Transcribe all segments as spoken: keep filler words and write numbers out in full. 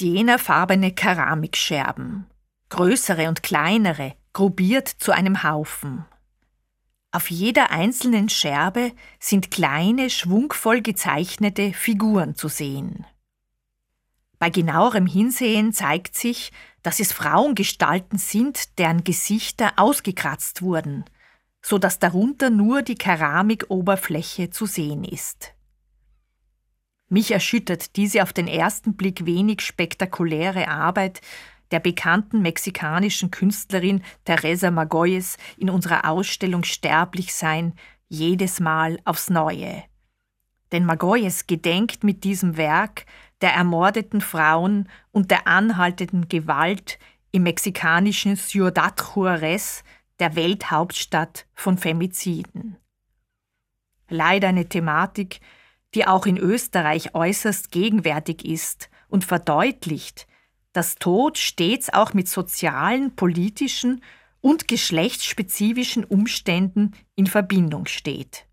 sienafarbene Keramikscherben, größere und kleinere, gruppiert zu einem Haufen. Auf jeder einzelnen Scherbe sind kleine, schwungvoll gezeichnete Figuren zu sehen. Bei genauerem Hinsehen zeigt sich, dass es Frauengestalten sind, deren Gesichter ausgekratzt wurden, so dass darunter nur die Keramikoberfläche zu sehen ist. Mich erschüttert diese auf den ersten Blick wenig spektakuläre Arbeit der bekannten mexikanischen Künstlerin Teresa Magoyes in unserer Ausstellung Sterblichsein jedes Mal aufs Neue. Denn Magoyes gedenkt mit diesem Werk der ermordeten Frauen und der anhaltenden Gewalt im mexikanischen Ciudad Juárez, der Welthauptstadt von Femiziden. Leider eine Thematik, die auch in Österreich äußerst gegenwärtig ist und verdeutlicht, dass Tod stets auch mit sozialen, politischen und geschlechtsspezifischen Umständen in Verbindung steht.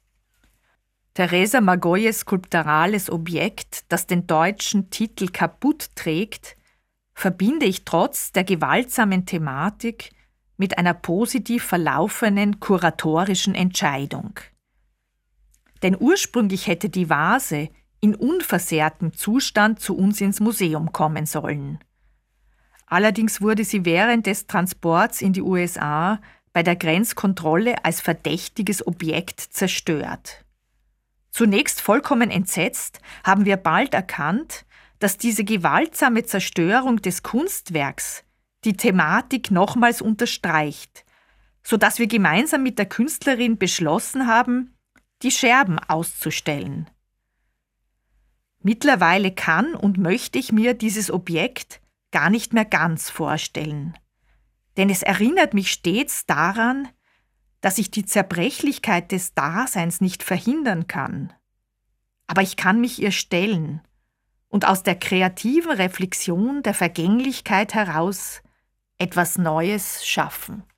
Teresa Magoyes skulpturales Objekt, das den deutschen Titel Kaputt trägt, verbinde ich trotz der gewaltsamen Thematik mit einer positiv verlaufenen kuratorischen Entscheidung. Denn ursprünglich hätte die Vase in unversehrtem Zustand zu uns ins Museum kommen sollen. Allerdings wurde sie während des Transports in die U S A bei der Grenzkontrolle als verdächtiges Objekt zerstört. Zunächst vollkommen entsetzt, haben wir bald erkannt, dass diese gewaltsame Zerstörung des Kunstwerks die Thematik nochmals unterstreicht, sodass wir gemeinsam mit der Künstlerin beschlossen haben, die Scherben auszustellen. Mittlerweile kann und möchte ich mir dieses Objekt gar nicht mehr ganz vorstellen, denn es erinnert mich stets daran, dass ich die Zerbrechlichkeit des Daseins nicht verhindern kann. Aber ich kann mich ihr stellen und aus der kreativen Reflexion der Vergänglichkeit heraus etwas Neues schaffen.